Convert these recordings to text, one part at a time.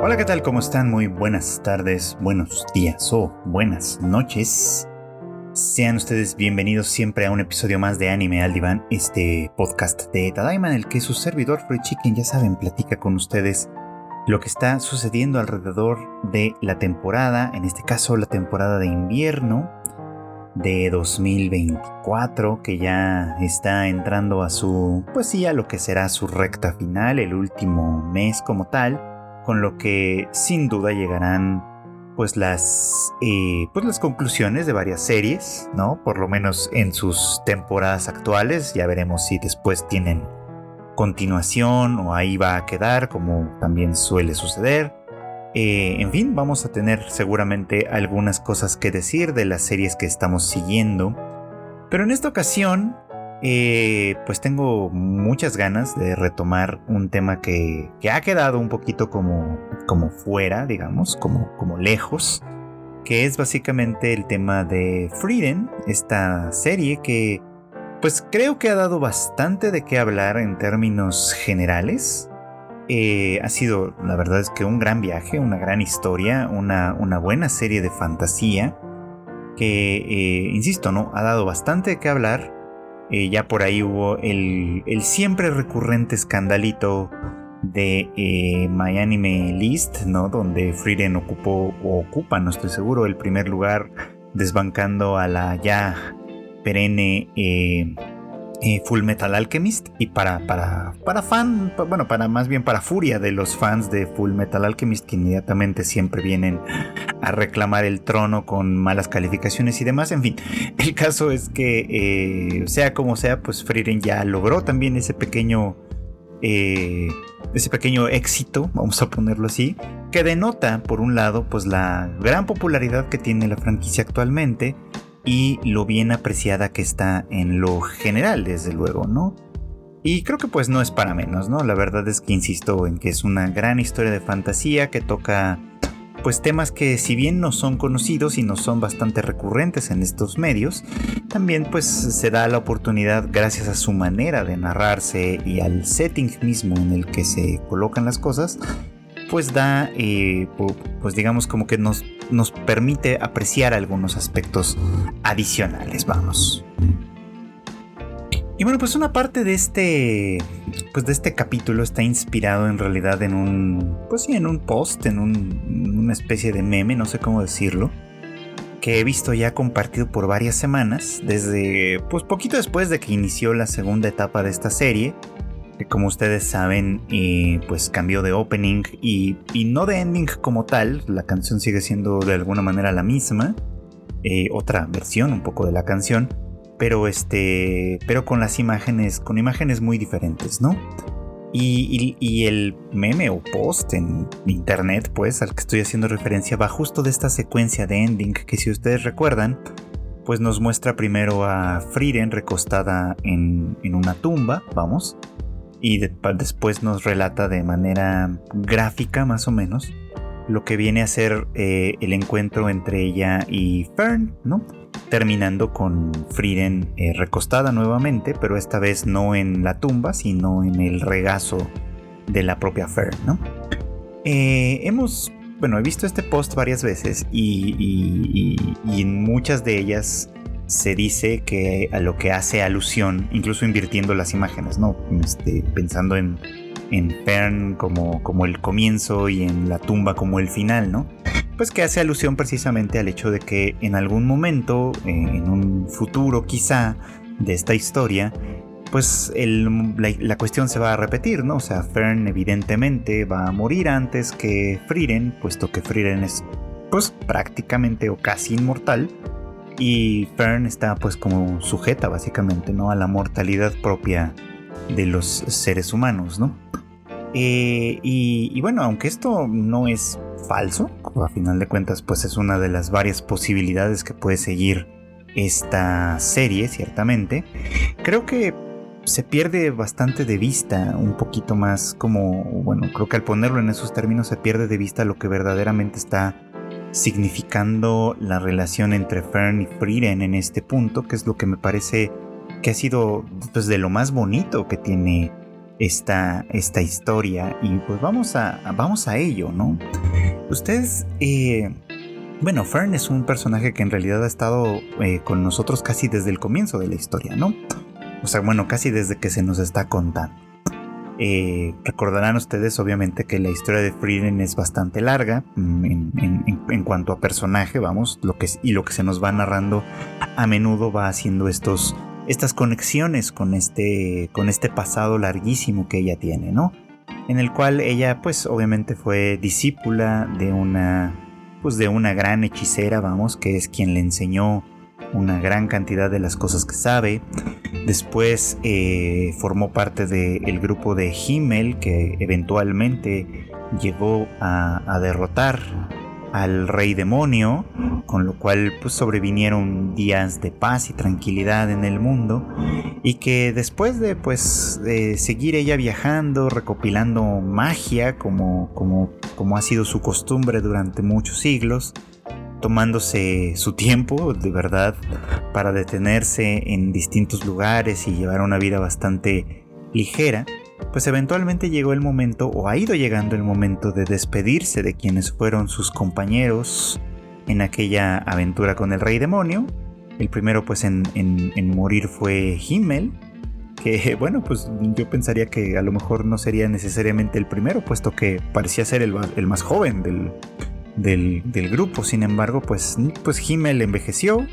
Hola, ¿qué tal? ¿Cómo están? Muy buenas tardes, buenos días o buenas noches. Sean ustedes bienvenidos siempre a un episodio más de Anime al Diván, este podcast de Tadaima en el que su servidor Free Chicken, ya saben, platica con ustedes lo que está sucediendo alrededor de la temporada, en este caso la temporada de invierno de 2024, que ya está entrando a su, pues sí, a lo que será su recta final, el último mes como tal, con lo que sin duda llegarán pues las conclusiones de varias series, ¿no? Por lo menos en sus temporadas actuales. Ya veremos si después tienen continuación o ahí va a quedar, como también suele suceder. En fin, vamos a tener seguramente algunas cosas que decir de las series que estamos siguiendo. Pero en esta ocasión, pues tengo muchas ganas de retomar un tema que ha quedado un poquito como fuera, digamos, como lejos, que es básicamente el tema de Frieren, esta serie que pues creo que ha dado bastante de qué hablar en términos generales. Ha sido, la verdad es que un gran viaje, una gran historia, una buena serie de fantasía que, insisto, ¿no? Ha dado bastante de qué hablar. Ya por ahí hubo el siempre recurrente escandalito de My Anime List, ¿no? Donde Frieren ocupa, no estoy seguro, el primer lugar, desbancando a la ya perenne Full Metal Alchemist. Y para más bien para furia de los fans de Full Metal Alchemist, que inmediatamente siempre vienen a reclamar el trono con malas calificaciones y demás. En fin, el caso es que sea como sea, pues Frieren ya logró también ese pequeño éxito, vamos a ponerlo así, que denota por un lado pues la gran popularidad que tiene la franquicia actualmente y lo bien apreciada que está en lo general, desde luego, ¿no? Y creo que pues no es para menos, ¿no? La verdad es que insisto en que es una gran historia de fantasía que toca pues temas que, si bien no son conocidos y no son bastante recurrentes en estos medios, también pues se da la oportunidad, gracias a su manera de narrarse y al setting mismo en el que se colocan las cosas, pues da, pues digamos como que nos permite apreciar algunos aspectos adicionales, vamos. Y bueno, pues una parte de este capítulo está inspirado en realidad en un post, en una especie de meme, no sé cómo decirlo, que he visto ya compartido por varias semanas, desde pues poquito después de que inició la segunda etapa de esta serie, que como ustedes saben, pues cambió de opening y no de ending como tal. La canción sigue siendo de alguna manera la misma, otra versión un poco de la canción, pero con las imágenes, con imágenes muy diferentes, ¿no? Y el meme o post en internet, pues, al que estoy haciendo referencia, va justo de esta secuencia de ending que, si ustedes recuerdan, pues nos muestra primero a Frieren recostada en una tumba, vamos, y después nos relata de manera gráfica, más o menos, lo que viene a ser el encuentro entre ella y Fern, ¿no? Terminando con Frieren recostada nuevamente, pero esta vez no en la tumba, sino en el regazo de la propia Fern, ¿no? He visto este post varias veces y en muchas de ellas se dice que a lo que hace alusión, incluso invirtiendo las imágenes, ¿no? Pensando en Fern como el comienzo y en la tumba como el final, ¿no? Pues que hace alusión precisamente al hecho de que en algún momento, en un futuro quizá de esta historia, pues la cuestión se va a repetir, ¿no? O sea, Fern evidentemente va a morir antes que Frieren, puesto que Frieren es pues prácticamente o casi inmortal, y Fern está pues como sujeta básicamente, ¿no? A la mortalidad propia de los seres humanos, ¿no? Y bueno, aunque esto no es falso, a final de cuentas pues es una de las varias posibilidades que puede seguir esta serie, ciertamente, creo que se pierde bastante de vista, un poquito más creo que al ponerlo en esos términos se pierde de vista lo que verdaderamente está significando la relación entre Fern y Frieren en este punto, que es lo que me parece que ha sido pues de lo más bonito que tiene esta historia. Y pues vamos a ello, ¿no? Ustedes, bueno, Fern es un personaje que en realidad ha estado con nosotros casi desde el comienzo de la historia, ¿no? O sea, bueno, casi desde que se nos está contando. Recordarán ustedes obviamente que la historia de Frieren es bastante larga en cuanto a personaje, vamos, lo que se nos va narrando a menudo va haciendo estas conexiones con este pasado larguísimo que ella tiene, ¿no? En el cual ella pues obviamente fue discípula de una gran hechicera, vamos, que es quien le enseñó una gran cantidad de las cosas que sabe. Después formó parte del grupo de Himmel, que eventualmente llegó a derrotar al rey demonio, con lo cual pues sobrevinieron días de paz y tranquilidad en el mundo, y que después de seguir ella viajando, recopilando magia como ha sido su costumbre durante muchos siglos, tomándose su tiempo de verdad para detenerse en distintos lugares y llevar una vida bastante ligera, pues eventualmente llegó el momento, o ha ido llegando el momento, de despedirse de quienes fueron sus compañeros en aquella aventura con el rey demonio. El primero pues en morir fue Himmel, que bueno, pues yo pensaría que a lo mejor no sería necesariamente el primero, puesto que parecía ser el más joven del grupo. Sin embargo, pues Himmel envejeció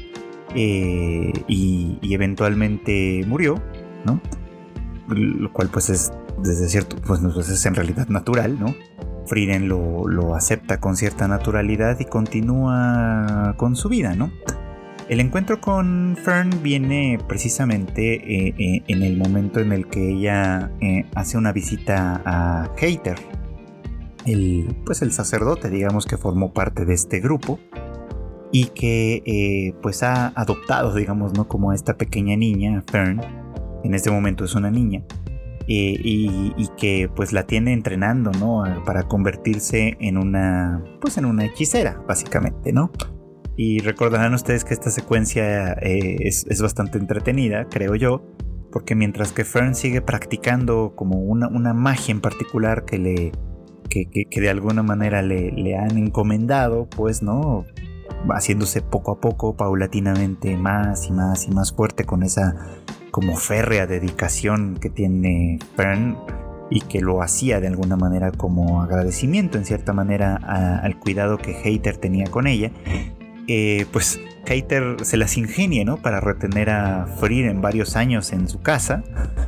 y eventualmente murió, ¿no? Lo cual pues es desde cierto, pues es en realidad natural, ¿no? Frieren lo acepta con cierta naturalidad y continúa con su vida, ¿no? El encuentro con Fern viene precisamente en el momento en el que ella hace una visita a Heiter, el sacerdote, digamos, que formó parte de este grupo y que pues ha adoptado, digamos, ¿no?, como a esta pequeña niña, Fern. En este momento es una niña, y que pues la tiene entrenando, ¿no?, para convertirse en una hechicera, básicamente, ¿no? Y recordarán ustedes que esta secuencia es bastante entretenida, creo yo, porque mientras que Fern sigue practicando como una magia en particular que de alguna manera le han encomendado, pues, ¿no?, haciéndose poco a poco, paulatinamente, más y más y más fuerte con esa como férrea dedicación que tiene Fern, y que lo hacía de alguna manera como agradecimiento en cierta manera al cuidado que Heiter tenía con ella. Pues Heiter se las ingenia, ¿no?, para retener a Frieren varios años en su casa,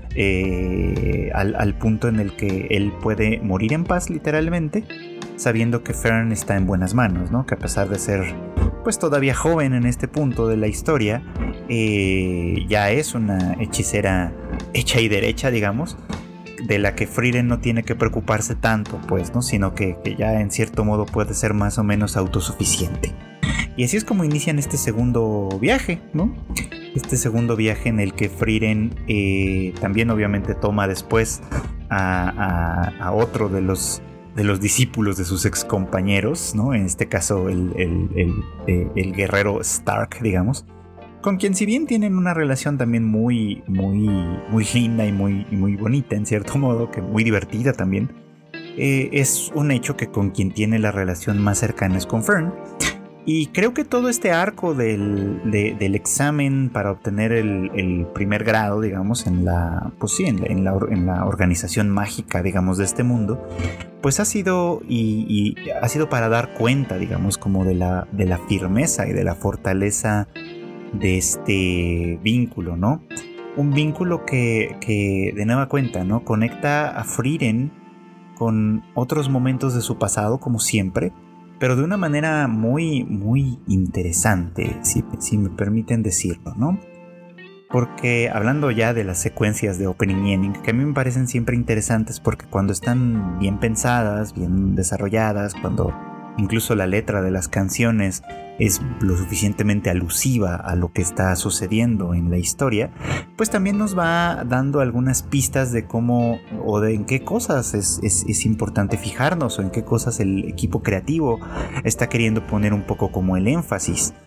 al punto en el que él puede morir en paz, literalmente, sabiendo que Fern está en buenas manos, ¿no?, que a pesar de ser pues todavía joven en este punto de la historia, ya es una hechicera hecha y derecha, digamos, de la que Frieren no tiene que preocuparse tanto, pues, ¿no?, sino que ya en cierto modo puede ser más o menos autosuficiente. Y así es como inician este segundo viaje, ¿no? Este segundo viaje en el que Frieren también obviamente toma después a otro de los discípulos de sus ex compañeros, ¿no? En este caso el guerrero Stark, digamos, con quien, si bien tienen una relación también muy linda y muy bonita en cierto modo, que muy divertida también, es un hecho que con quien tiene la relación más cercana es con Fern. Y creo que todo este arco del examen para obtener el primer grado, digamos, en la organización mágica, digamos, de este mundo, pues ha sido ha sido para dar cuenta, digamos, como de la firmeza y de la fortaleza de este vínculo, ¿no? Un vínculo que de nueva cuenta, ¿no?, conecta a Frieren con otros momentos de su pasado, como siempre, pero de una manera muy interesante, si me permiten decirlo, ¿no? Porque hablando ya de las secuencias de opening y ending, que a mí me parecen siempre interesantes, porque cuando están bien pensadas, bien desarrolladas, cuando incluso la letra de las canciones es lo suficientemente alusiva a lo que está sucediendo en la historia, pues también nos va dando algunas pistas de cómo o de en qué cosas es importante fijarnos, o en qué cosas el equipo creativo está queriendo poner un poco como el énfasis.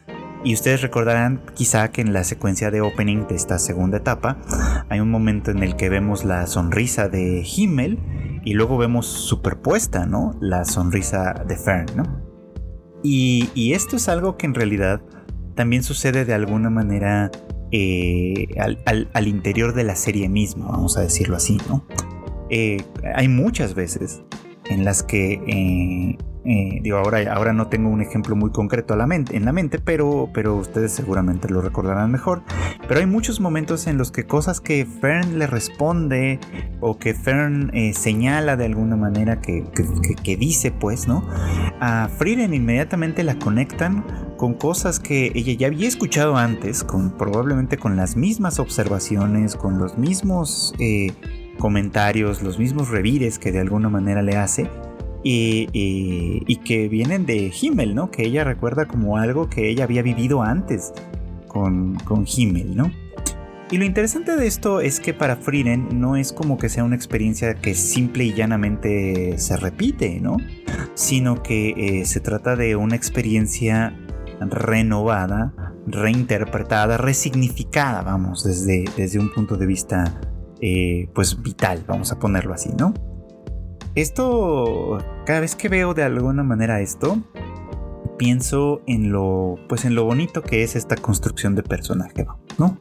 Y ustedes recordarán quizá que en la secuencia de opening de esta segunda etapa hay un momento en el que vemos la sonrisa de Himmel y luego vemos superpuesta, ¿no?, la sonrisa de Fern, ¿no? Y esto es algo que en realidad también sucede de alguna manera al interior de la serie misma, vamos a decirlo así, ¿no? Hay muchas veces en las que ahora no tengo un ejemplo muy concreto en la mente, pero ustedes seguramente lo recordarán mejor. Pero hay muchos momentos en los que cosas que Fern le responde o que Fern señala de alguna manera que dice, pues, ¿no?, a Frieren inmediatamente la conectan con cosas que ella ya había escuchado antes, probablemente con las mismas observaciones, con los mismos comentarios, los mismos revires que de alguna manera le hace. Y que vienen de Himmel, ¿no?, que ella recuerda como algo que ella había vivido antes con Himmel, ¿no? Y lo interesante de esto es que para Frieren no es como que sea una experiencia que simple y llanamente se repite, ¿no?, sino que se trata de una experiencia renovada, reinterpretada, resignificada, vamos, desde un punto de vista pues vital, vamos a ponerlo así, ¿no? Esto, cada vez que veo de alguna manera esto, pienso en lo bonito que es esta construcción de personaje, ¿no?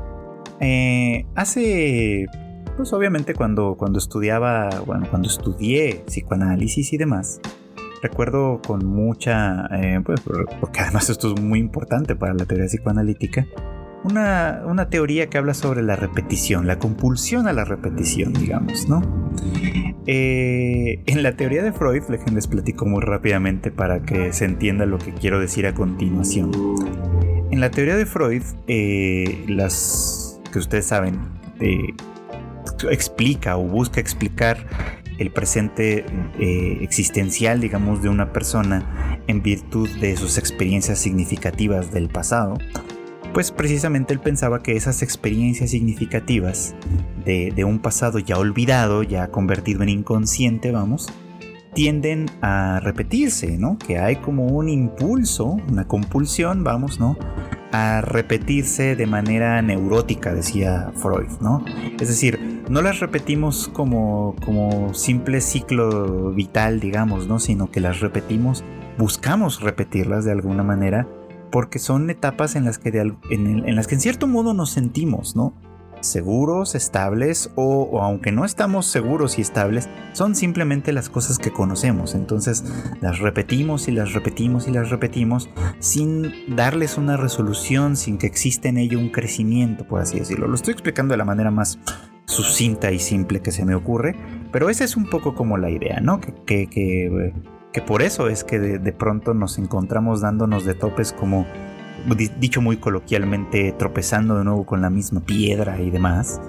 Pues obviamente cuando estudié psicoanálisis y demás, recuerdo con mucha, porque además esto es muy importante para la teoría psicoanalítica, una teoría que habla sobre la repetición, la compulsión a la repetición, digamos, ¿no? En la teoría de Freud, les platico muy rápidamente para que se entienda lo que quiero decir a continuación. En la teoría de Freud, las que ustedes saben, explica o busca explicar el presente existencial, digamos, de una persona en virtud de sus experiencias significativas del pasado. Pues precisamente él pensaba que esas experiencias significativas de un pasado ya olvidado, ya convertido en inconsciente, vamos, tienden a repetirse, ¿no? Que hay como un impulso, una compulsión, vamos, ¿no?, a repetirse de manera neurótica, decía Freud, ¿no? Es decir, no las repetimos como simple ciclo vital, digamos, ¿no?, sino que las repetimos, buscamos repetirlas de alguna manera, porque son etapas en las que en cierto modo nos sentimos, ¿no?, seguros, estables, o aunque no estamos seguros y estables, son simplemente las cosas que conocemos. Entonces las repetimos y las repetimos y las repetimos sin darles una resolución, sin que exista en ello un crecimiento, por así decirlo. Lo estoy explicando de la manera más sucinta y simple que se me ocurre, pero esa es un poco como la idea, ¿no? Que por eso es que de pronto nos encontramos dándonos de topes, como dicho muy coloquialmente, tropezando de nuevo con la misma piedra y demás,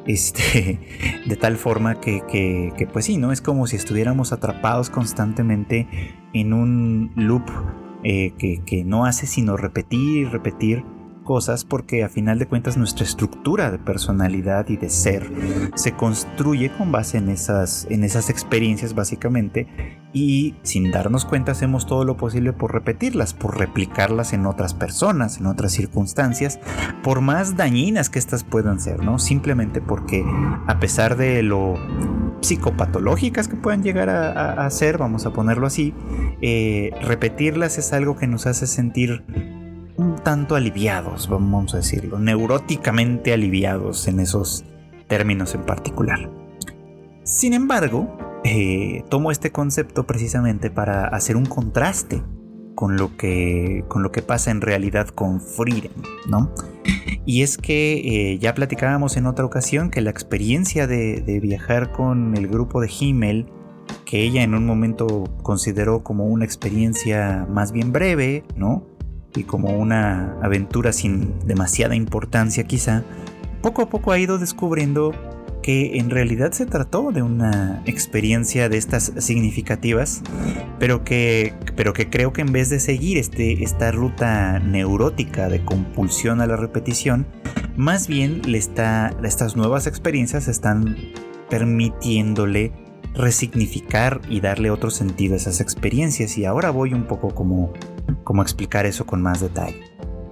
de tal forma que pues sí, ¿no? Es como si estuviéramos atrapados constantemente en un loop que no hace sino repetir y repetir cosas, porque a final de cuentas nuestra estructura de personalidad y de ser se construye con base en esas experiencias, básicamente, y sin darnos cuenta hacemos todo lo posible por repetirlas, por replicarlas en otras personas, en otras circunstancias, por más dañinas que estas puedan ser, ¿no? Simplemente porque, a pesar de lo psicopatológicas que puedan llegar a ser, vamos a ponerlo así, repetirlas es algo que nos hace sentir un tanto aliviados, vamos a decirlo, neuróticamente aliviados en esos términos en particular. Sin embargo, tomo este concepto precisamente para hacer un contraste con lo que pasa en realidad con Frieren, ¿no? Y es que ya platicábamos en otra ocasión que la experiencia de viajar con el grupo de Himmel, que ella en un momento consideró como una experiencia más bien breve, ¿no?, y como una aventura sin demasiada importancia quizá, poco a poco ha ido descubriendo que en realidad se trató de una experiencia de estas significativas, pero que creo que en vez de seguir esta ruta neurótica de compulsión a la repetición, más bien estas nuevas experiencias están permitiéndole resignificar y darle otro sentido a esas experiencias. Y ahora voy un poco como a explicar eso con más detalle.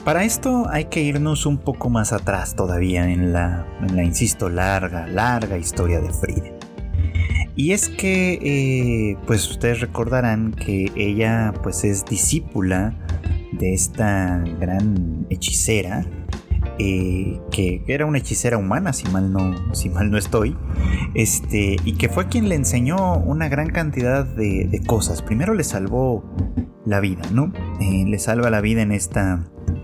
Para esto hay que irnos un poco más atrás todavía en la insisto, larga historia de Frieren. Y es que, pues ustedes recordarán que ella pues es discípula de esta gran hechicera, que era una hechicera humana, si mal no estoy, y que fue quien le enseñó una gran cantidad de cosas. Primero le salvó la vida, ¿no? Le salva la vida en esta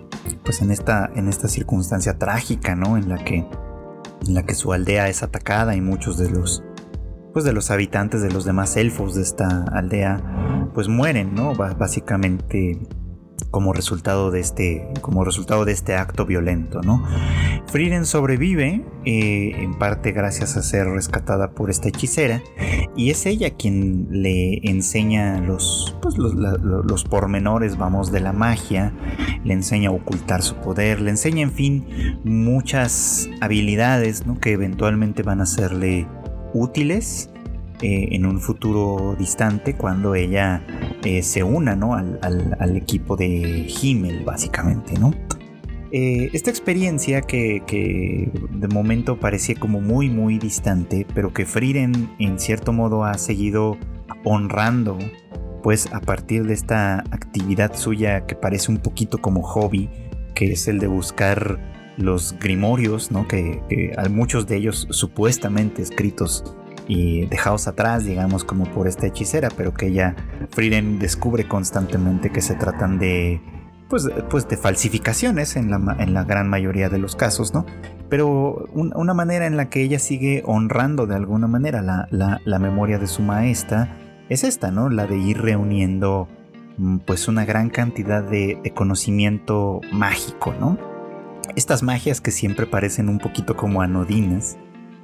circunstancia trágica, ¿no? En la que su aldea es atacada y muchos de los habitantes de los demás elfos de esta aldea pues mueren, ¿no? Básicamente como resultado de este acto violento, ¿no? Frieren sobrevive en parte gracias a ser rescatada por esta hechicera, y es ella quien le enseña los pormenores, vamos, de la magia, le enseña a ocultar su poder, le enseña, en fin, muchas habilidades, ¿no? Que eventualmente van a serle útiles en un futuro distante, cuando ella se una, ¿no? al equipo de Himmel, básicamente, ¿no? Esta experiencia que de momento parecía como muy muy distante, pero que Frieren en cierto modo ha seguido honrando, pues a partir de esta actividad suya que parece un poquito como hobby, que es el de buscar los grimorios, ¿no? Que hay muchos de ellos supuestamente escritos y dejados atrás, digamos, como por esta hechicera, pero que Frieren descubre constantemente que se tratan de de falsificaciones en la gran mayoría de los casos, ¿no? Pero una manera en la que ella sigue honrando de alguna manera la memoria de su maestra es esta, ¿no? La de ir reuniendo pues una gran cantidad de conocimiento mágico, ¿no? Estas magias que siempre parecen un poquito como anodinas,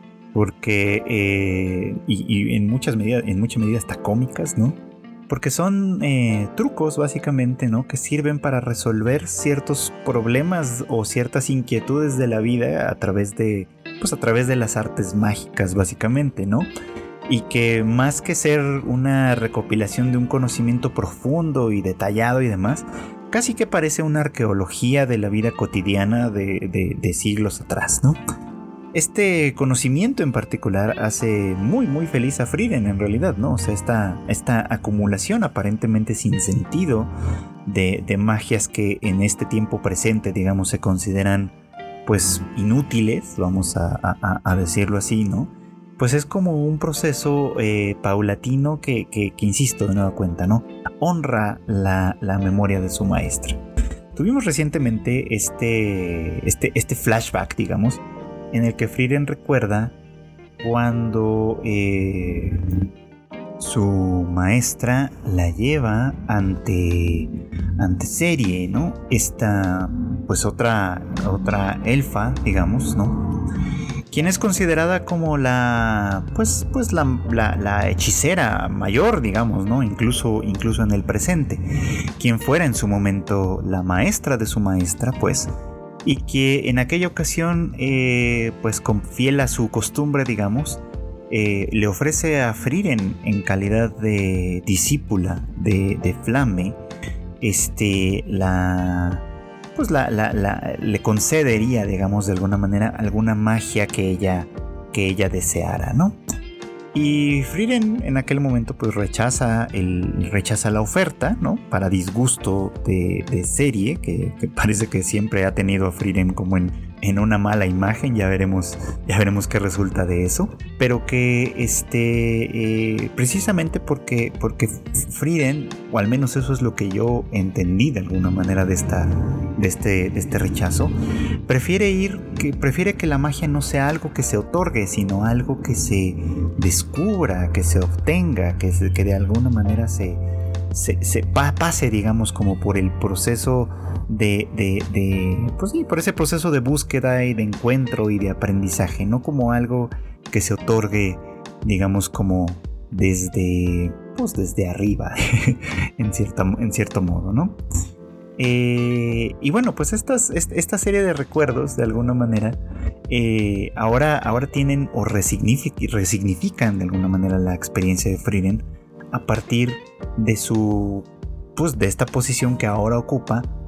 porque y en mucha medida hasta cómicas, ¿no? Porque son trucos básicamente, ¿no? Que sirven para resolver ciertos problemas o ciertas inquietudes de la vida a través de las artes mágicas, básicamente, ¿no? Y que más que ser una recopilación de un conocimiento profundo y detallado y demás, casi que parece una arqueología de la vida cotidiana de siglos atrás, ¿no? Este conocimiento en particular hace muy muy feliz a Frieren, en realidad, ¿no? O sea, esta acumulación aparentemente sin sentido de magias que en este tiempo presente, digamos, se consideran pues inútiles, vamos a decirlo así, ¿no? Pues es como un proceso paulatino que insisto, de nueva cuenta, ¿no? Honra la memoria de su maestra. Tuvimos recientemente este flashback, digamos, en el que Frieren recuerda cuando su maestra la lleva ante Serie, ¿no? Esta, pues otra elfa, digamos, ¿no? Quien es considerada como la hechicera mayor, digamos, ¿no? Incluso en el presente. Quien fuera en su momento la maestra de su maestra, pues, y que en aquella ocasión, pues con fiel a su costumbre, digamos, le ofrece a Frieren en calidad de discípula de Flamme, le concedería, digamos, de alguna manera alguna magia que ella deseara, ¿no? Y Frieren en aquel momento pues rechaza la oferta, ¿no? Para disgusto de Serie, que parece que siempre ha tenido a Frieren como en una mala imagen. Ya veremos qué resulta de eso. Pero que precisamente porque Frieren, o al menos eso es lo que yo entendí de alguna manera de este rechazo, prefiere que la magia no sea algo que se otorgue, sino algo que se descubra, que se obtenga, que de alguna manera se pase, digamos, como por el proceso pues sí, por ese proceso de búsqueda y de encuentro y de aprendizaje, no como algo que se otorgue, digamos, como desde arriba en cierto modo, ¿no? Y bueno, pues esta serie de recuerdos, de alguna manera, ahora tienen o resignifican de alguna manera la experiencia de Frieren a partir de esta posición que ahora ocupa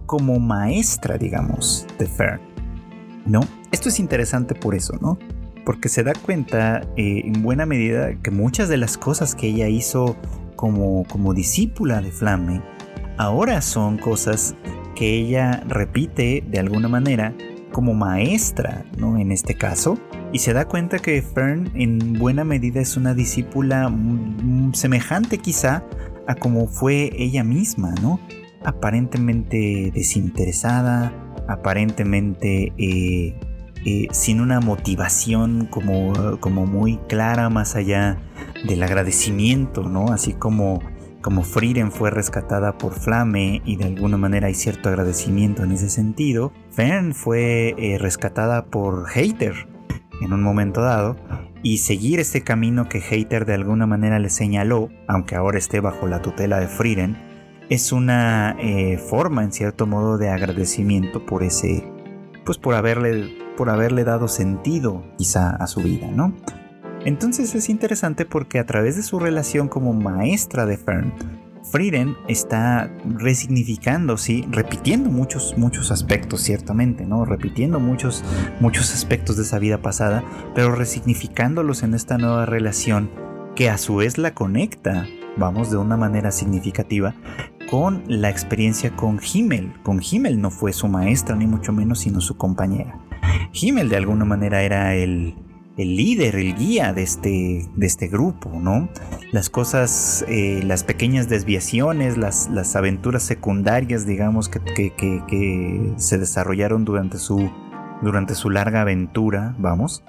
como maestra, digamos, de Fern, ¿no? Esto es interesante por eso, ¿no? Porque se da cuenta en buena medida que muchas de las cosas que ella hizo como discípula de Flamme ahora son cosas que ella repite de alguna manera como maestra, ¿no? En este caso, y se da cuenta que Fern en buena medida es una discípula semejante quizá a como fue ella misma, ¿no? Aparentemente desinteresada, aparentemente sin una motivación como muy clara más allá del agradecimiento, ¿no? Así como Frieren fue rescatada por Flamme y de alguna manera hay cierto agradecimiento en ese sentido, Fern fue rescatada por Hayter en un momento dado, y seguir este camino que Hayter de alguna manera le señaló, aunque ahora esté bajo la tutela de Frieren, es una forma en cierto modo de agradecimiento por ese, pues por haberle dado sentido quizá a su vida, ¿no? Entonces es interesante porque a través de su relación como maestra de Fern, Frieren está resignificando, sí, repitiendo muchos aspectos, ciertamente, ¿no? Repitiendo muchos aspectos de esa vida pasada, pero resignificándolos en esta nueva relación que a su vez la conecta, vamos, de una manera significativa con la experiencia con Himmel. Con Himmel no fue su maestra ni mucho menos, sino su compañera. Himmel de alguna manera era el líder, el guía de este grupo, ¿no? Las cosas, las pequeñas desviaciones, las aventuras secundarias, digamos, que se desarrollaron durante su larga aventura, vamos,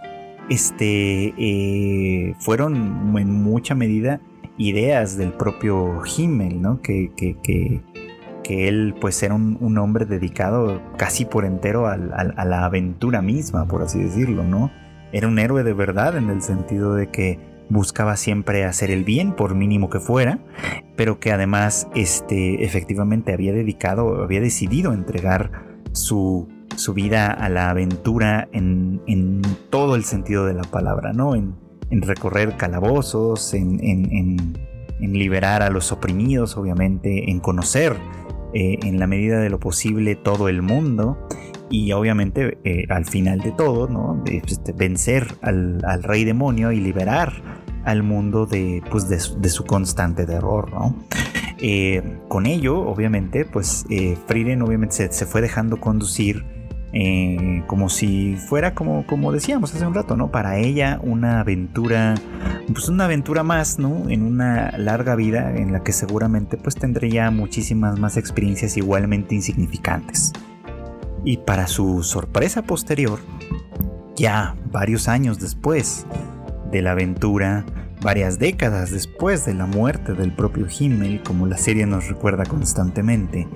fueron en mucha medida ideas del propio Himmel, ¿no? Que él pues era un hombre dedicado casi por entero a la aventura misma, por así decirlo, ¿no? Era un héroe de verdad en el sentido de que buscaba siempre hacer el bien, por mínimo que fuera, pero que además efectivamente había decidido entregar su vida a la aventura en todo el sentido de la palabra, ¿no? En recorrer calabozos, en liberar a los oprimidos, obviamente, en conocer en la medida de lo posible todo el mundo. Y obviamente al final de todo, ¿no? Vencer al rey demonio y liberar al mundo de su constante terror, ¿no? Con ello, obviamente, pues Frieren obviamente se fue dejando conducir como si fuera como decíamos hace un rato, ¿no? Para ella una aventura más, ¿no? En una larga vida en la que seguramente pues tendría muchísimas más experiencias igualmente insignificantes. Y para su sorpresa posterior, ya varios años después de la aventura, varias décadas después de la muerte del propio Himmel, como la serie nos recuerda constantemente,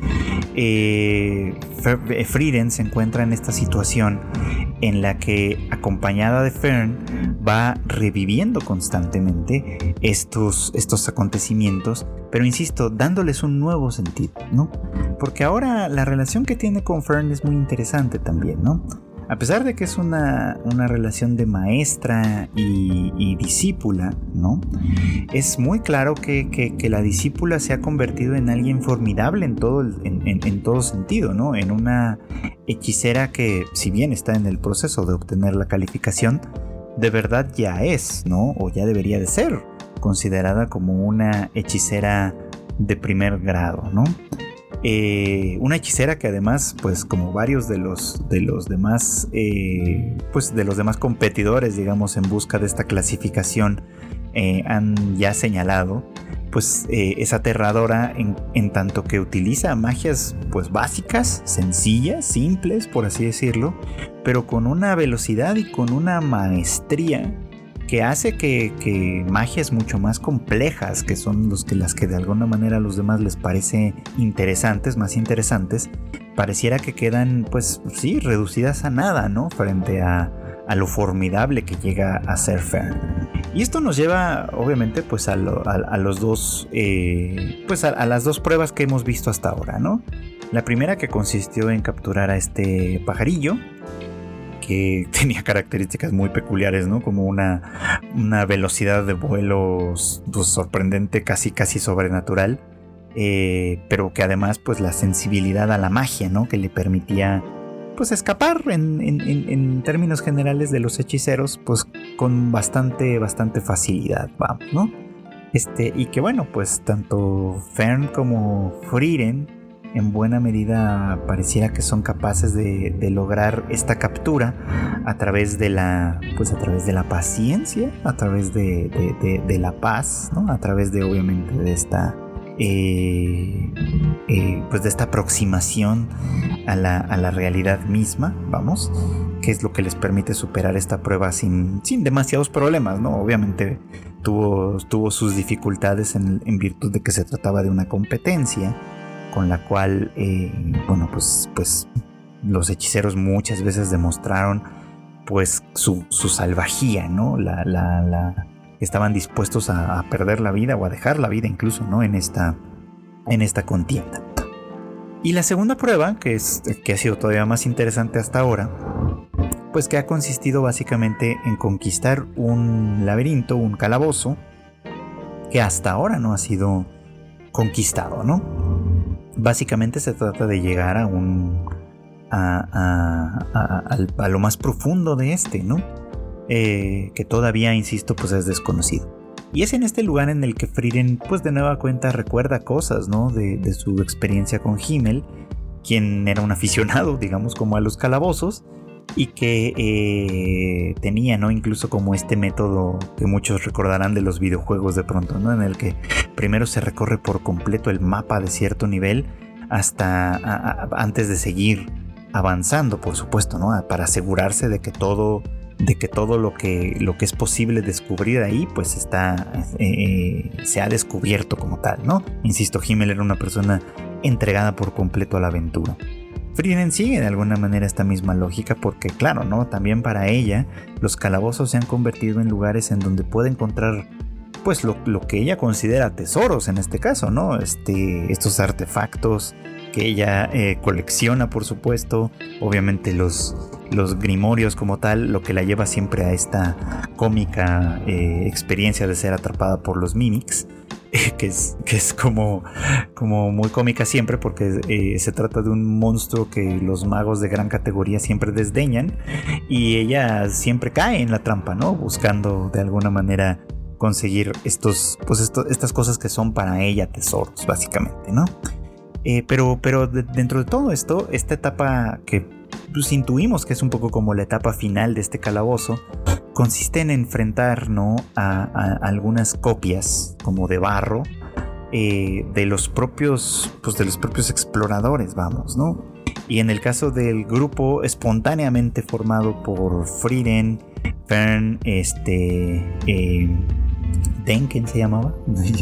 Frieren se encuentra en esta situación en la que, acompañada de Fern, va reviviendo constantemente estos acontecimientos, pero insisto, dándoles un nuevo sentido, ¿no? Porque ahora la relación que tiene con Fern es muy interesante también, ¿no? A pesar de que es una relación de maestra y discípula, ¿no? Es muy claro que la discípula se ha convertido en alguien formidable en todo sentido, ¿no? En una hechicera que, si bien está en el proceso de obtener la calificación, de verdad ya es, ¿no? O ya debería de ser considerada como una hechicera de primer grado, ¿no? Una hechicera que además, pues como varios de los demás competidores, digamos, en busca de esta clasificación han ya señalado, pues es aterradora en tanto que utiliza magias pues básicas, sencillas, simples, por así decirlo, pero con una velocidad y con una maestría que hace que magias mucho más complejas, que son las que de alguna manera a los demás les parece más interesantes, pareciera que quedan, pues sí, reducidas a nada, ¿no? Frente a lo formidable que llega a ser Fern. Y esto nos lleva, obviamente, pues a los dos, a las dos pruebas que hemos visto hasta ahora, ¿no? La primera, que consistió en capturar a este pajarillo, que tenía características muy peculiares, ¿no? Como una velocidad de vuelo pues, sorprendente, casi sobrenatural, pero que además pues la sensibilidad a la magia, ¿no? Que le permitía pues escapar en términos generales de los hechiceros pues con bastante facilidad, vamos, ¿no? Y que bueno, pues tanto Fern como Frieren en buena medida pareciera que son capaces de lograr esta captura a través de la paciencia, a través de la paz, ¿no? A través de obviamente de esta pues de esta aproximación a la realidad misma, vamos, que es lo que les permite superar esta prueba sin demasiados problemas, ¿no? Obviamente tuvo sus dificultades en virtud de que se trataba de una competencia con la cual bueno, pues los hechiceros muchas veces demostraron pues su salvajía, ¿no? Estaban dispuestos a perder la vida o a dejar la vida incluso, ¿no? en esta contienda. Y la segunda prueba, que ha sido todavía más interesante hasta ahora, pues que ha consistido básicamente en conquistar un laberinto, un calabozo, que hasta ahora no ha sido conquistado, ¿no? Básicamente se trata de llegar a lo más profundo de ¿no? Que todavía, insisto, pues es desconocido. Y es en este lugar en el que Frieren, pues de nueva cuenta, recuerda cosas, ¿no? De su experiencia con Himmel, quien era un aficionado, digamos, como a los calabozos, y que tenía, ¿no? Incluso como este método que muchos recordarán de los videojuegos de pronto, ¿no? En el que primero se recorre por completo el mapa de cierto nivel hasta antes de seguir avanzando, por supuesto, ¿no? Para asegurarse de que todo lo que es posible descubrir ahí pues se ha descubierto como tal, ¿no? Insisto, Himmel era una persona entregada por completo a la aventura. Frieren sigue de alguna manera esta misma lógica porque claro, ¿no? También para ella los calabozos se han convertido en lugares en donde puede encontrar pues lo que ella considera tesoros en este caso, ¿no? Estos artefactos que ella colecciona, por supuesto, obviamente los grimorios como tal, lo que la lleva siempre a esta cómica experiencia de ser atrapada por los Mimics, que es como muy cómica siempre porque se trata de un monstruo que los magos de gran categoría siempre desdeñan y ella siempre cae en la trampa, ¿no? Buscando de alguna manera conseguir estas cosas que son para ella tesoros, básicamente, ¿no? Pero dentro de todo esto, esta etapa que pues intuimos que es un poco como la etapa final de este calabozo, consiste en enfrentar, ¿no? a algunas copias como de barro de los propios exploradores, vamos, ¿no? Y en el caso del grupo espontáneamente formado por Frieren, Fern, Denken se llamaba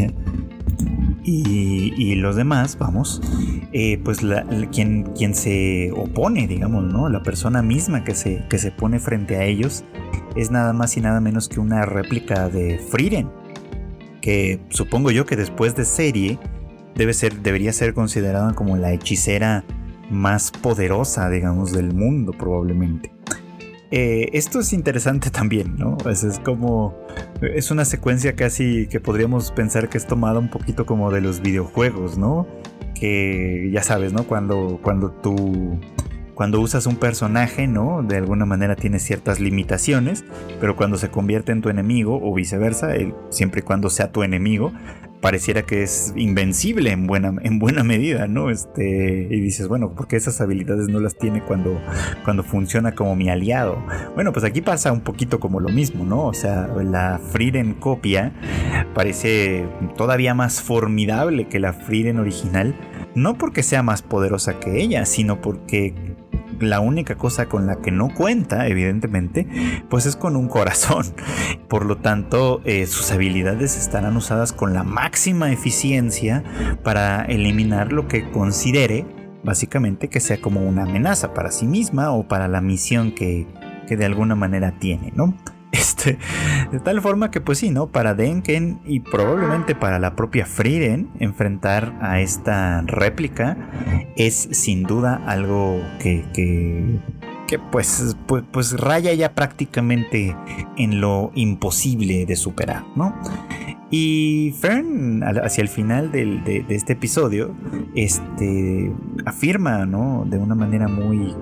y los demás, vamos, pues quien se opone, digamos, ¿no? La persona misma que se pone frente a ellos es nada más y nada menos que una réplica de Frieren, que supongo yo que después de serie debería ser considerada como la hechicera más poderosa, digamos, del mundo probablemente. Esto es interesante también, ¿no? Es una secuencia casi que podríamos pensar que es tomada un poquito como de los videojuegos, ¿no? Que ya sabes, ¿no? Cuando usas un personaje, ¿no? De alguna manera tiene ciertas limitaciones, pero cuando se convierte en tu enemigo o viceversa, siempre y cuando sea tu enemigo, pareciera que es invencible en buena medida, ¿no? Y dices, bueno, ¿por qué esas habilidades no las tiene cuando funciona como mi aliado? Bueno, pues aquí pasa un poquito como lo mismo, ¿no? O sea, la Frieren copia parece todavía más formidable que la Frieren original, no porque sea más poderosa que ella, sino porque la única cosa con la que no cuenta, evidentemente, pues es con un corazón. Por lo tanto, sus habilidades estarán usadas con la máxima eficiencia para eliminar lo que considere, básicamente, que sea como una amenaza para sí misma o para la misión que de alguna manera tiene, ¿no? De tal forma que pues sí, ¿no? Para Denken y probablemente para la propia Frieren, enfrentar a esta réplica es sin duda algo que pues raya ya prácticamente en lo imposible de superar, ¿no? Y Fern, hacia el final de este episodio, afirma, ¿no? De una manera muy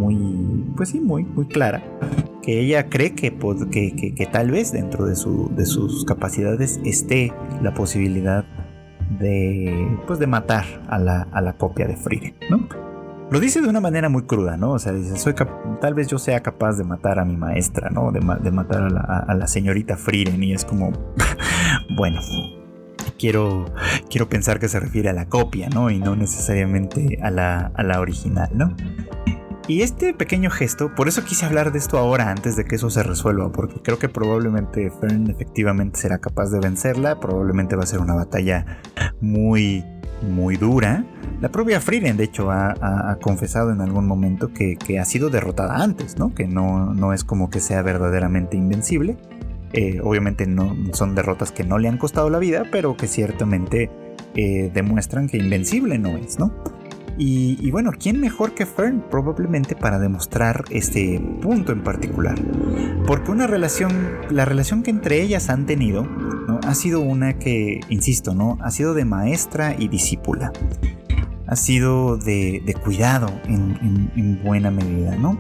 clara, que ella cree que tal vez dentro de sus capacidades esté la posibilidad de matar a la copia de Frieren, ¿no? Lo dice de una manera muy cruda, ¿no? O sea, dice, tal vez yo sea capaz de matar a mi maestra, ¿no? De matar a la señorita Frieren, y es como, bueno, quiero pensar que se refiere a la copia, ¿no? Y no necesariamente a la original, ¿no? Y este pequeño gesto, por eso quise hablar de esto ahora antes de que eso se resuelva, porque creo que probablemente Fern efectivamente será capaz de vencerla, probablemente va a ser una batalla muy, muy dura. La propia Frieren, de hecho, ha confesado en algún momento que ha sido derrotada antes, ¿no? Que no es como que sea verdaderamente invencible. Obviamente no son derrotas que no le han costado la vida, pero que ciertamente demuestran que invencible no es, ¿no? Y bueno, ¿quién mejor que Fern probablemente para demostrar este punto en particular? Porque la relación que entre ellas han tenido, ¿no? Ha sido una que, insisto, ¿no? Ha sido de maestra y discípula. Ha sido de cuidado en buena medida, ¿no?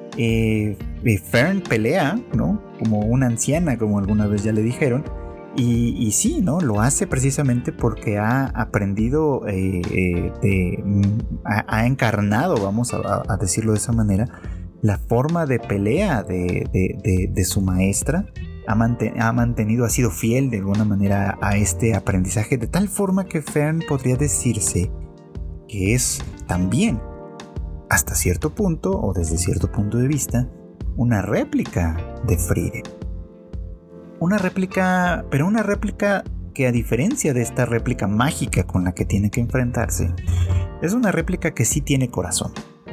Fern pelea, ¿no? Como una anciana, como alguna vez ya le dijeron. Y sí, ¿no? Lo hace precisamente porque ha aprendido, ha encarnado, vamos a decirlo de esa manera, la forma de pelea de su maestra. Ha mantenido, ha sido fiel de alguna manera a este aprendizaje, de tal forma que Fern podría decirse que es también, hasta cierto punto, o desde cierto punto de vista, una réplica de Frieren. Una réplica que, a diferencia de esta réplica mágica con la que tiene que enfrentarse, es una réplica que sí tiene corazón.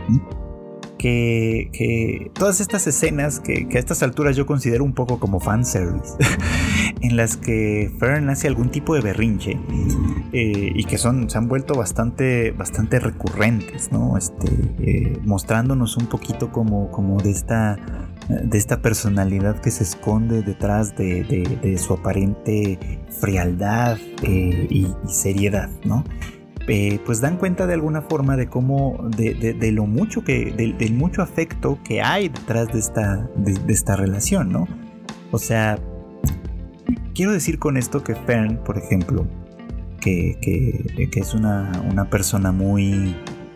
Que todas estas escenas que a estas alturas yo considero un poco como fanservice, en las que Fern hace algún tipo de berrinche, y que se han vuelto bastante recurrentes, ¿no? Mostrándonos un poquito como de esta personalidad que se esconde detrás de su aparente frialdad y seriedad, ¿no? Pues dan cuenta de alguna forma de cómo de lo mucho del mucho afecto que hay detrás de esta relación, ¿no? O sea, quiero decir con esto que Fern, por ejemplo, que es una persona muy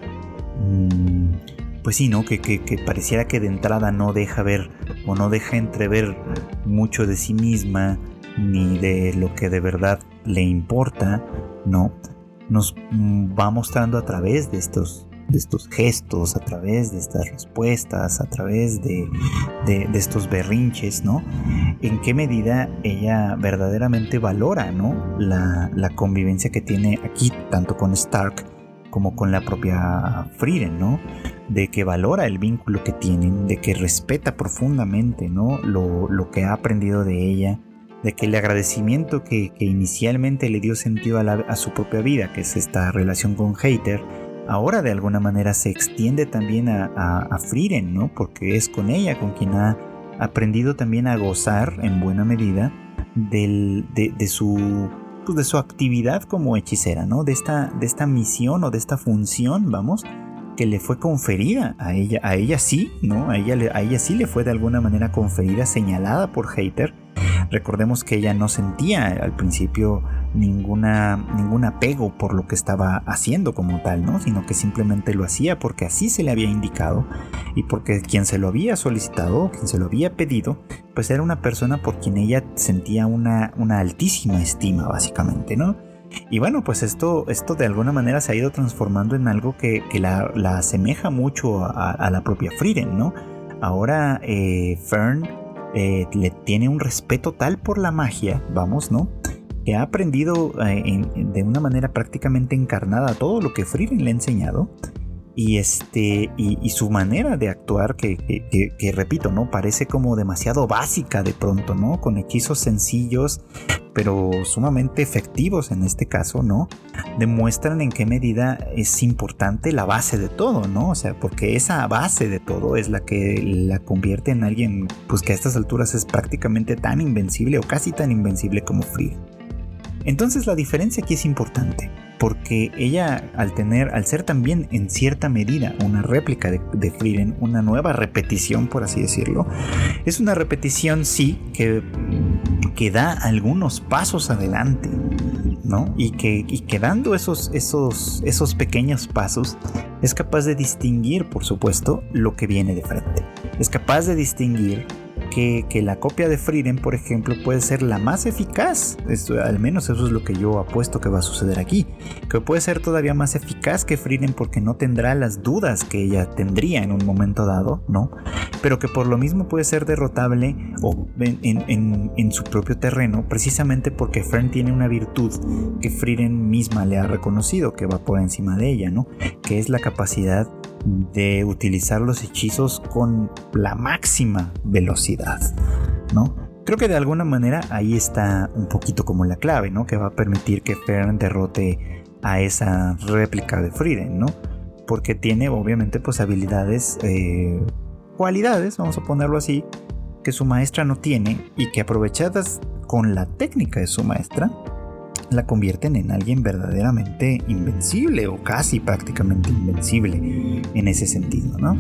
pues sí, ¿no? Que pareciera que de entrada no deja ver o no deja entrever mucho de sí misma ni de lo que de verdad le importa, ¿no? Nos va mostrando a través de estos gestos, a través de estas respuestas, a través de estos berrinches, ¿no? En qué medida ella verdaderamente valora, ¿no? La convivencia que tiene aquí, tanto con Stark como con la propia Frieren, ¿no? De que valora el vínculo que tienen, de que respeta profundamente, ¿no? Lo que ha aprendido de ella, de que el agradecimiento que inicialmente le dio sentido a su propia vida, que es esta relación con Hayter, ahora de alguna manera se extiende también a Frieren, ¿no? Porque es con ella con quien ha aprendido también a gozar en buena medida de su actividad como hechicera, ¿no? De esta misión o de esta función, vamos, que le fue conferida a ella sí, ¿no? A ella sí le fue de alguna manera conferida, señalada por Hayter. Recordemos que ella no sentía al principio ningún apego por lo que estaba haciendo como tal, ¿no? Sino que simplemente lo hacía porque así se le había indicado y porque quien se lo había solicitado, quien se lo había pedido, pues era una persona por quien ella sentía una altísima estima, básicamente, ¿no? Y bueno, pues esto de alguna manera se ha ido transformando en algo que la asemeja mucho a la propia Frieren, ¿no? Ahora Fern le tiene un respeto tal por la magia, vamos, ¿no? Que ha aprendido de una manera prácticamente encarnada todo lo que Frieren le ha enseñado. Y su manera de actuar que repito, ¿no? Parece como demasiado básica de pronto, ¿no? Con hechizos sencillos pero sumamente efectivos en este caso, ¿no? Demuestran en qué medida es importante la base de todo, ¿no? O sea, porque esa base de todo es la que la convierte en alguien, pues que a estas alturas es prácticamente tan invencible o casi tan invencible como Frieren. Entonces la diferencia aquí es importante, porque ella al ser también en cierta medida una réplica de Frieren, una nueva repetición por así decirlo, es una repetición sí que da algunos pasos adelante, ¿no? Y que dando esos pequeños pasos es capaz de distinguir, por supuesto, lo que viene de frente. Es capaz de distinguir que la copia de Frieren, por ejemplo, puede ser la más eficaz. Al menos eso es lo que yo apuesto que va a suceder aquí. Que puede ser todavía más eficaz que Frieren porque no tendrá las dudas que ella tendría en un momento dado, ¿no? Pero que por lo mismo puede ser derrotable en su propio terreno, precisamente porque Fern tiene una virtud que Frieren misma le ha reconocido, que va por encima de ella, ¿no? Que es la capacidad de utilizar los hechizos con la máxima velocidad, ¿no? Creo que de alguna manera ahí está un poquito como la clave, ¿no? Que va a permitir que Fern derrote a esa réplica de Frieren, ¿no? Porque tiene obviamente pues habilidades, cualidades, vamos a ponerlo así, que su maestra no tiene y que aprovechadas con la técnica de su maestra la convierten en alguien verdaderamente invencible o casi prácticamente invencible en ese sentido, ¿no?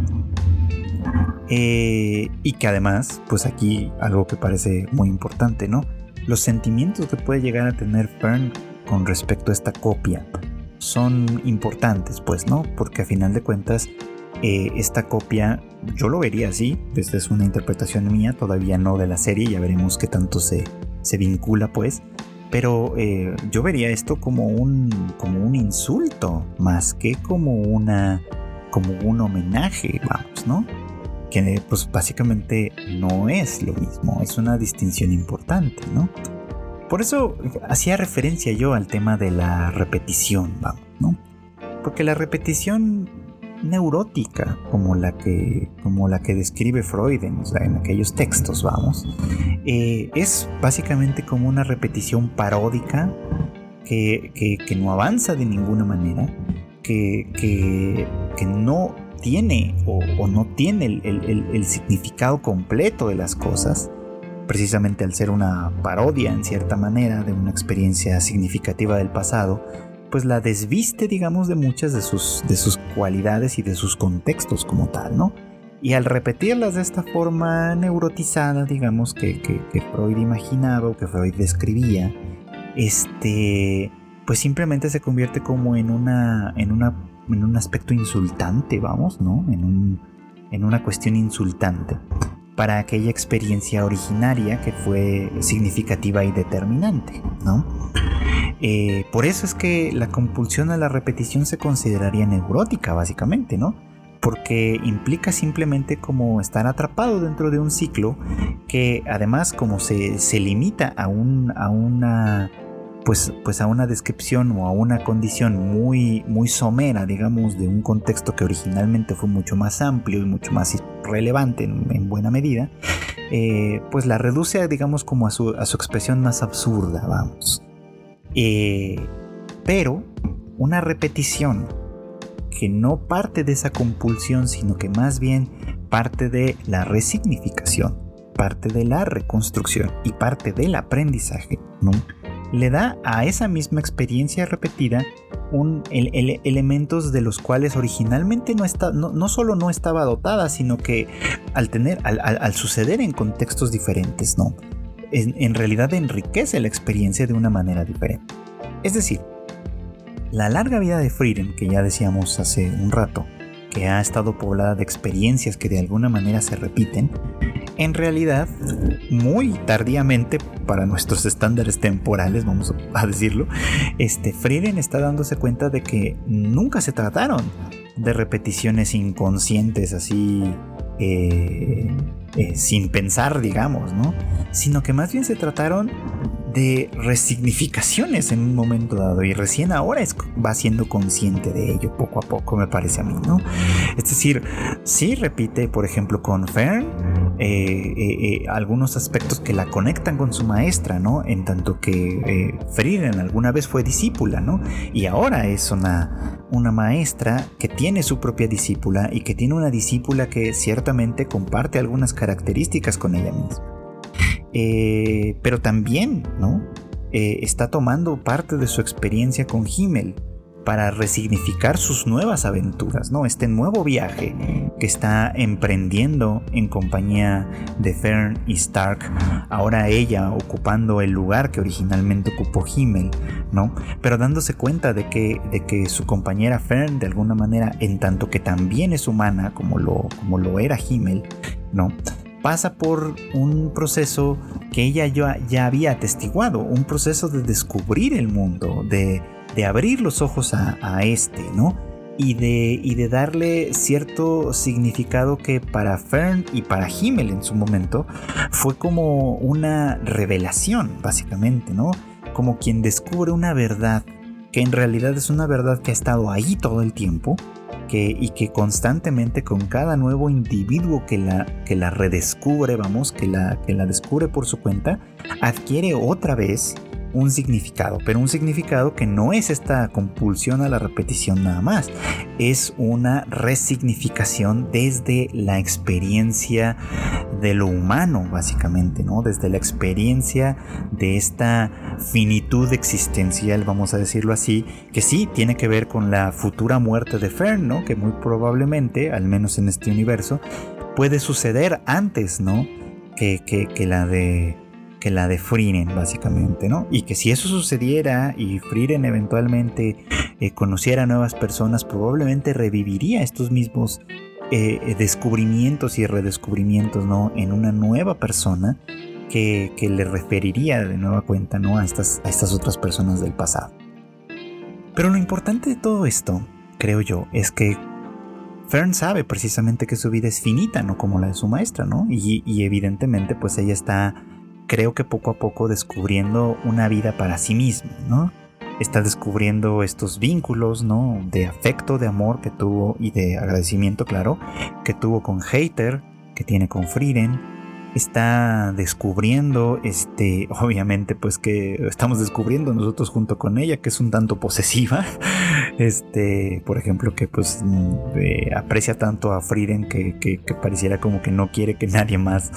Y que además, pues aquí algo que parece muy importante, ¿no? Los sentimientos que puede llegar a tener Fern con respecto a esta copia son importantes, pues, ¿no? Porque a final de cuentas, esta copia, yo lo vería así, esta es una interpretación mía, todavía no de la serie, ya veremos qué tanto se vincula, pues. Pero yo vería esto como un insulto, más que como un homenaje, vamos, ¿no? Que pues básicamente no es lo mismo, es una distinción importante, ¿no? Por eso hacía referencia yo al tema de la repetición, vamos, ¿no? Porque la repetición neurótica, como la que describe Freud en aquellos textos, vamos, es básicamente como una repetición paródica que no avanza de ninguna manera, que no tiene o no tiene el significado completo de las cosas, precisamente al ser una parodia en cierta manera de una experiencia significativa del pasado, pues la desviste, digamos, de muchas de sus cualidades y de sus contextos como tal, ¿no? Y al repetirlas de esta forma neurotizada, digamos, que Freud imaginaba o que Freud describía, pues simplemente se convierte como en un aspecto insultante, vamos, ¿no? En una cuestión insultante para aquella experiencia originaria que fue significativa y determinante, ¿no? Por eso es que la compulsión a la repetición se consideraría neurótica, básicamente, ¿no? Porque implica simplemente como estar atrapado dentro de un ciclo que además como se limita a una descripción o a una condición muy, muy somera, digamos, de un contexto que originalmente fue mucho más amplio y mucho más relevante en buena medida, pues la reduce, digamos, como a su expresión más absurda, vamos. Pero una repetición que no parte de esa compulsión, sino que más bien parte de la resignificación, parte de la reconstrucción y parte del aprendizaje, ¿no? Le da a esa misma experiencia repetida elementos de los cuales originalmente no solo no estaba dotada, sino que al suceder en contextos diferentes, ¿no? En realidad enriquece la experiencia de una manera diferente. Es decir, la larga vida de Frieren, que ya decíamos hace un rato, que ha estado poblada de experiencias que de alguna manera se repiten, en realidad, muy tardíamente para nuestros estándares temporales, vamos a decirlo, Frieren está dándose cuenta de que nunca se trataron de repeticiones inconscientes así, sin pensar, digamos, ¿no? Sino que más bien se trataron de resignificaciones en un momento dado, y recién ahora va siendo consciente de ello poco a poco, me parece a mí, ¿no? Es decir, sí repite, por ejemplo, con Fern algunos aspectos que la conectan con su maestra, ¿no? En tanto que Frieren alguna vez fue discípula, ¿no? Y ahora es una maestra que tiene su propia discípula y que tiene una discípula que ciertamente comparte algunas características con ella misma. Pero también, ¿no? está tomando parte de su experiencia con Himmel para resignificar sus nuevas aventuras, ¿no? Este nuevo viaje que está emprendiendo en compañía de Fern y Stark, ahora ella ocupando el lugar que originalmente ocupó Himmel, ¿no? Pero dándose cuenta de que su compañera Fern, de alguna manera, en tanto que también es humana, como lo era Himmel, ¿no?, pasa por un proceso que ella ya había atestiguado, un proceso de descubrir el mundo, de abrir los ojos a este, ¿no? Y de darle cierto significado que para Fern y para Himmel en su momento fue como una revelación, básicamente, ¿no? Como quien descubre una verdad que en realidad es una verdad que ha estado ahí todo el tiempo, y que constantemente con cada nuevo individuo que la redescubre, que la descubre por su cuenta, adquiere otra vez un significado, pero un significado que no es esta compulsión a la repetición nada más, es una resignificación desde la experiencia de lo humano, básicamente, ¿no? Desde la experiencia de esta finitud existencial, vamos a decirlo así, que sí tiene que ver con la futura muerte de Fern, ¿no? Que muy probablemente, al menos en este universo, puede suceder antes, ¿no?, que la de Frieren, básicamente, ¿no? Y que si eso sucediera y Frieren eventualmente conociera a nuevas personas, probablemente reviviría estos mismos descubrimientos y redescubrimientos, ¿no?, en una nueva persona que le referiría de nueva cuenta, ¿no?, a estas otras personas del pasado. Pero lo importante de todo esto, creo yo, es que Fern sabe precisamente que su vida es finita, no como la de su maestra, ¿no? Y evidentemente, pues ella está, creo que poco a poco, descubriendo una vida para sí misma, ¿no? Está descubriendo estos vínculos, ¿no?, de afecto, de amor que tuvo y de agradecimiento, claro, que tuvo con Hayter, que tiene con Frieren. Está descubriendo, obviamente, pues que estamos descubriendo nosotros junto con ella, que es un tanto posesiva. Por ejemplo, que pues aprecia tanto a Frieren que pareciera como que no quiere que nadie más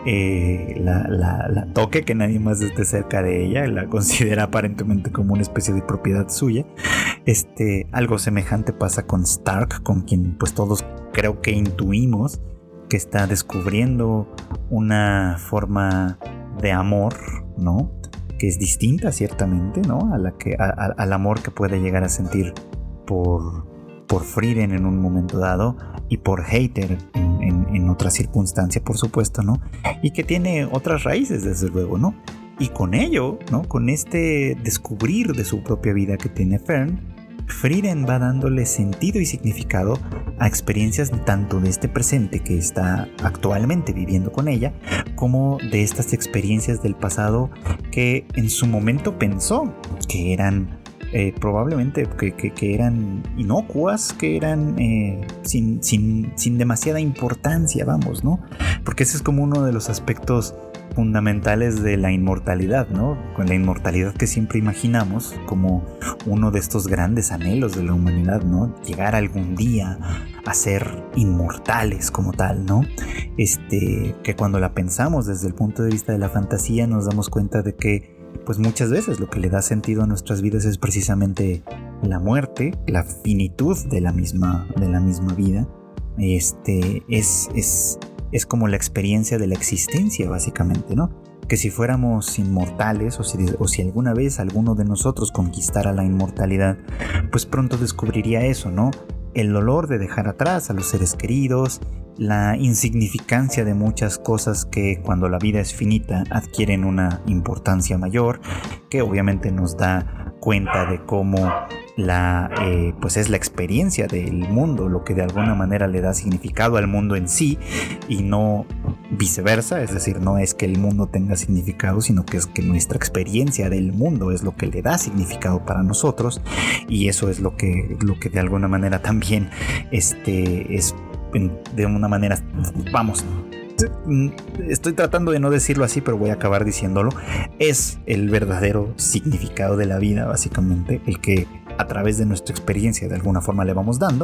la toque, que nadie más esté cerca de ella. La considera aparentemente como una especie de propiedad suya. Algo semejante pasa con Stark, con quien pues todos creo que intuimos que está descubriendo una forma de amor, ¿no?, que es distinta ciertamente, ¿no?, al amor que puede llegar a sentir por Frieren en un momento dado y por Hayter en otra circunstancia, por supuesto, ¿no?, y que tiene otras raíces, desde luego, ¿no? Y con ello, ¿no?, con este descubrir de su propia vida que tiene Fern, Frieren va dándole sentido y significado a experiencias tanto de este presente que está actualmente viviendo con ella, como de estas experiencias del pasado que en su momento pensó que eran probablemente que eran inocuas, que eran sin demasiada importancia, vamos, ¿no? Porque ese es como uno de los aspectos fundamentales de la inmortalidad, ¿no? Con la inmortalidad que siempre imaginamos como uno de estos grandes anhelos de la humanidad, ¿no? Llegar algún día a ser inmortales como tal, ¿no? Que cuando la pensamos desde el punto de vista de la fantasía nos damos cuenta de que pues muchas veces lo que le da sentido a nuestras vidas es precisamente la muerte, la finitud de la misma vida. Es como la experiencia de la existencia, básicamente, ¿no? Que si fuéramos inmortales o si alguna vez alguno de nosotros conquistara la inmortalidad, pues pronto descubriría eso, ¿no? El dolor de dejar atrás a los seres queridos, la insignificancia de muchas cosas que cuando la vida es finita adquieren una importancia mayor, que obviamente nos da cuenta de cómo pues es la experiencia del mundo lo que de alguna manera le da significado al mundo en sí y no viceversa. Es decir, no es que el mundo tenga significado, sino que es que nuestra experiencia del mundo es lo que le da significado para nosotros, y eso es lo que de alguna manera también es de una manera, vamos, estoy tratando de no decirlo así, pero voy a acabar diciéndolo, es el verdadero significado de la vida, básicamente, el que a través de nuestra experiencia de alguna forma le vamos dando.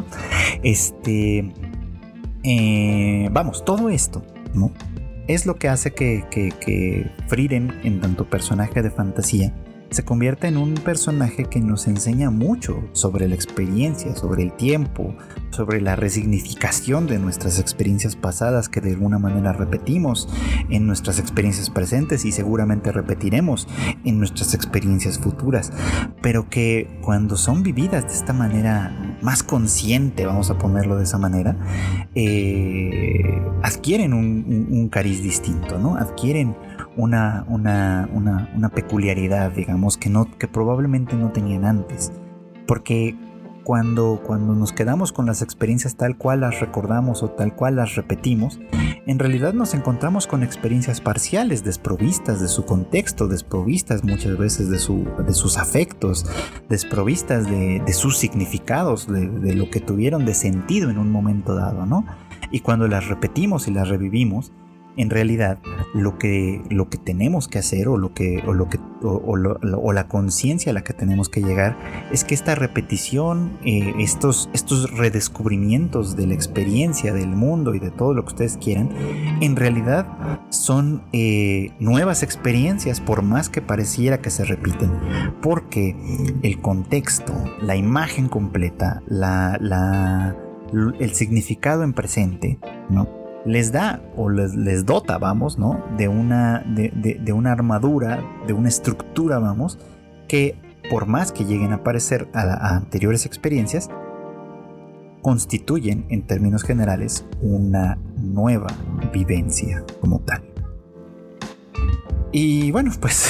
Vamos, todo esto, ¿no?, es lo que hace que Frieren, en tanto personaje de fantasía, se convierte en un personaje que nos enseña mucho sobre la experiencia, sobre el tiempo, sobre la resignificación de nuestras experiencias pasadas que de alguna manera repetimos en nuestras experiencias presentes y seguramente repetiremos en nuestras experiencias futuras, pero que cuando son vividas de esta manera más consciente, vamos a ponerlo de esa manera, adquieren un cariz distinto, ¿no? Adquieren una peculiaridad, digamos, que probablemente no tenían antes. Porque cuando nos quedamos con las experiencias tal cual las recordamos o tal cual las repetimos, en realidad nos encontramos con experiencias parciales, desprovistas de su contexto, desprovistas muchas veces de sus afectos, desprovistas de sus significados, de lo que tuvieron de sentido en un momento dado, ¿no? Y cuando las repetimos y las revivimos, en realidad lo que tenemos que hacer o la conciencia a la que tenemos que llegar es que esta repetición, estos redescubrimientos de la experiencia del mundo y de todo lo que ustedes quieran, en realidad son nuevas experiencias, por más que pareciera que se repiten, porque el contexto, la imagen completa, el significado en presente, ¿no?, les da o les dota, vamos, ¿no?, de una armadura, de una estructura, vamos, que por más que lleguen a parecer a anteriores experiencias, constituyen en términos generales una nueva vivencia como tal. Y bueno, pues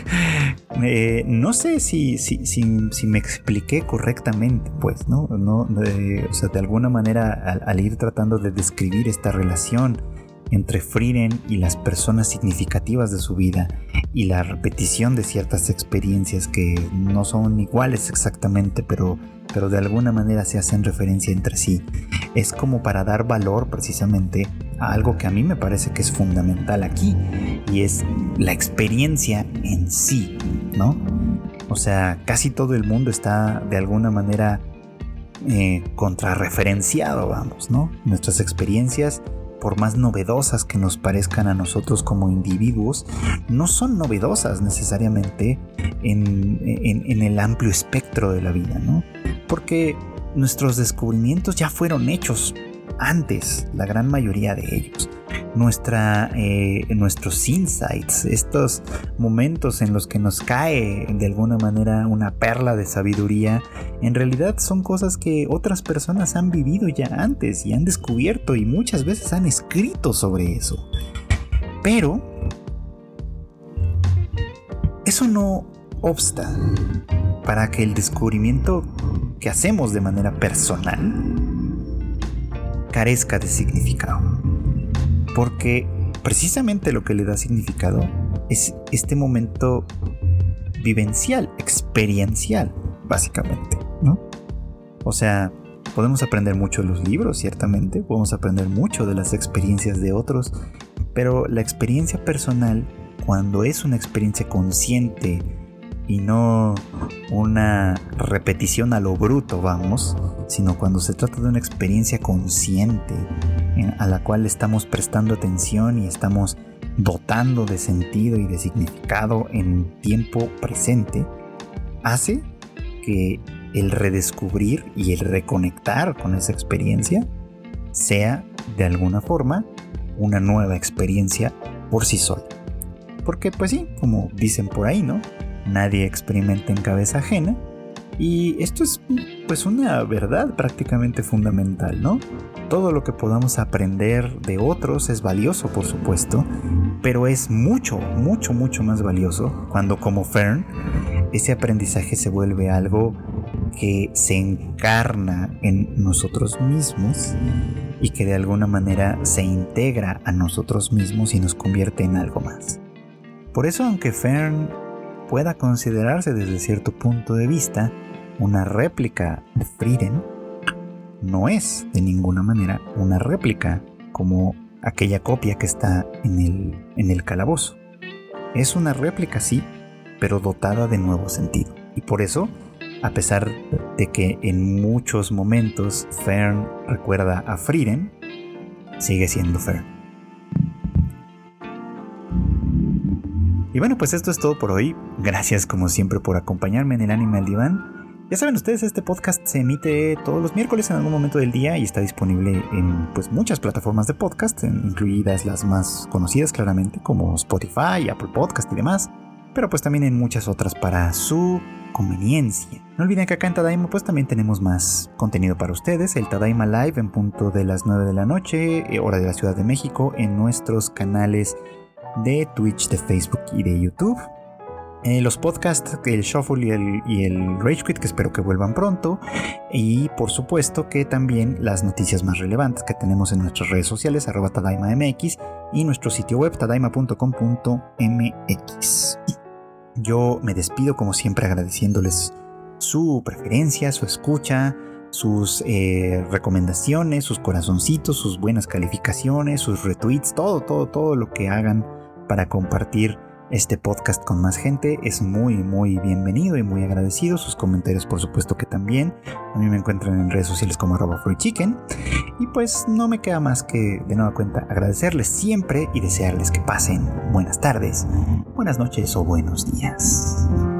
no sé si me expliqué correctamente, pues, ¿no? O sea, de alguna manera, al ir tratando de describir esta relación entre Frieren y las personas significativas de su vida y la repetición de ciertas experiencias que no son iguales exactamente, pero de alguna manera se hacen referencia entre sí, es como para dar valor precisamente a algo que a mí me parece que es fundamental aquí, y es la experiencia en sí, ¿no? O sea, casi todo el mundo está de alguna manera contrarreferenciado, vamos, ¿no? Nuestras experiencias, por más novedosas que nos parezcan a nosotros como individuos, no son novedosas necesariamente en el amplio espectro de la vida, ¿no? Porque nuestros descubrimientos ya fueron hechos antes, la gran mayoría de ellos. Nuestros insights, estos momentos en los que nos cae de alguna manera una perla de sabiduría, en realidad son cosas que otras personas han vivido ya antes y han descubierto y muchas veces han escrito sobre eso. Pero eso no obsta para que el descubrimiento que hacemos de manera personal carezca de significado, porque precisamente lo que le da significado es este momento vivencial, experiencial, básicamente, ¿no? O sea, podemos aprender mucho de los libros, ciertamente, podemos aprender mucho de las experiencias de otros, pero la experiencia personal, cuando es una experiencia consciente y no una repetición a lo bruto, vamos, sino cuando se trata de una experiencia consciente a la cual estamos prestando atención y estamos dotando de sentido y de significado en tiempo presente, hace que el redescubrir y el reconectar con esa experiencia sea de alguna forma una nueva experiencia por sí sola. Porque pues sí, como dicen por ahí, ¿no?, nadie experimenta en cabeza ajena, y esto es pues una verdad prácticamente fundamental, ¿no? Todo lo que podamos aprender de otros es valioso, por supuesto, pero es mucho, mucho, mucho más valioso cuando, como Fern, ese aprendizaje se vuelve algo que se encarna en nosotros mismos y que de alguna manera se integra a nosotros mismos y nos convierte en algo más. Por eso, aunque Fern pueda considerarse desde cierto punto de vista una réplica de Frieren, no es de ninguna manera una réplica como aquella copia que está en el calabozo. Es una réplica, sí, pero dotada de nuevo sentido. Y por eso, a pesar de que en muchos momentos Fern recuerda a Frieren, sigue siendo Fern. Y bueno, pues esto es todo por hoy. Gracias como siempre por acompañarme en el Anime al Diván. Ya saben ustedes, este podcast se emite todos los miércoles en algún momento del día y está disponible en pues muchas plataformas de podcast, incluidas las más conocidas claramente como Spotify, Apple Podcast y demás, pero pues también en muchas otras para su conveniencia. No olviden que acá en Tadaima pues también tenemos más contenido para ustedes, el Tadaima Live en punto de las 9 de la noche, hora de la Ciudad de México, en nuestros canales de Twitch, de Facebook y de YouTube. Los podcasts, el Shuffle y el Rage Quit, que espero que vuelvan pronto. Y por supuesto que también las noticias más relevantes que tenemos en nuestras redes sociales, @TadaimaMX, y nuestro sitio web, tadaima.com.mx. Yo me despido como siempre agradeciéndoles su preferencia, su escucha, sus recomendaciones, sus corazoncitos, sus buenas calificaciones, sus retweets, todo lo que hagan para compartir este podcast con más gente es muy bienvenido y muy agradecido. Sus comentarios por supuesto que también. A mí me encuentran en redes sociales como @FreeChicken. Y pues no me queda más que de nueva cuenta agradecerles siempre y desearles que pasen buenas tardes, buenas noches o buenos días.